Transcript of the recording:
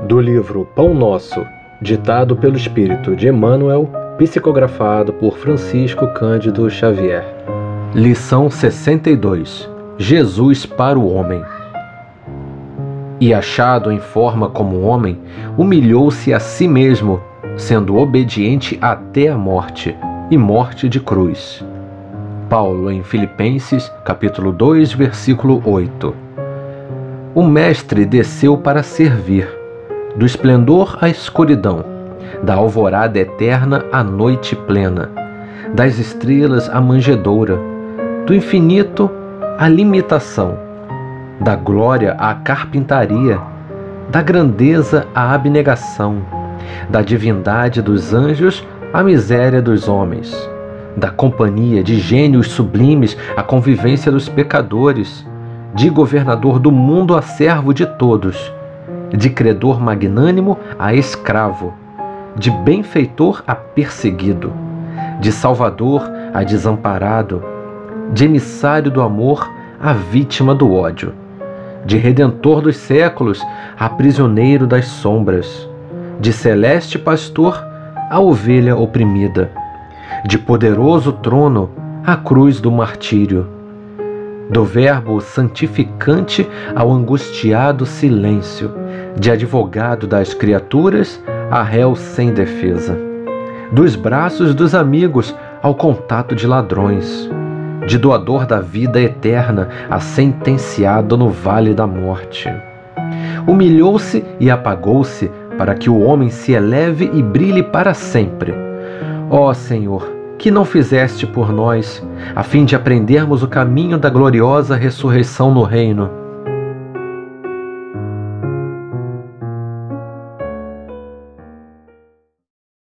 Do livro Pão Nosso, ditado pelo Espírito de Emmanuel, psicografado por Francisco Cândido Xavier. Lição 62. Jesus para o homem. E achado em forma como homem, humilhou-se a si mesmo, sendo obediente até a morte, e morte de cruz. Paulo em Filipenses, capítulo 2, versículo 8. O Mestre desceu para servir, do esplendor à escuridão, da alvorada eterna à noite plena, das estrelas à manjedoura, do infinito à limitação, da glória à carpintaria, da grandeza à abnegação, da divindade dos anjos à miséria dos homens, da companhia de gênios sublimes à convivência dos pecadores, de governador do mundo a servo de todos, de credor magnânimo a escravo, de benfeitor a perseguido, de salvador a desamparado, de emissário do amor a vítima do ódio, de redentor dos séculos a prisioneiro das sombras, de celeste pastor a ovelha oprimida, de poderoso trono à cruz do martírio, do verbo santificante ao angustiado silêncio, de advogado das criaturas a réu sem defesa, dos braços dos amigos ao contato de ladrões, de doador da vida eterna a sentenciado no vale da morte. Humilhou-se e apagou-se para que o homem se eleve e brilhe para sempre. Ó Senhor, que não fizeste por nós, a fim de aprendermos o caminho da gloriosa ressurreição no reino?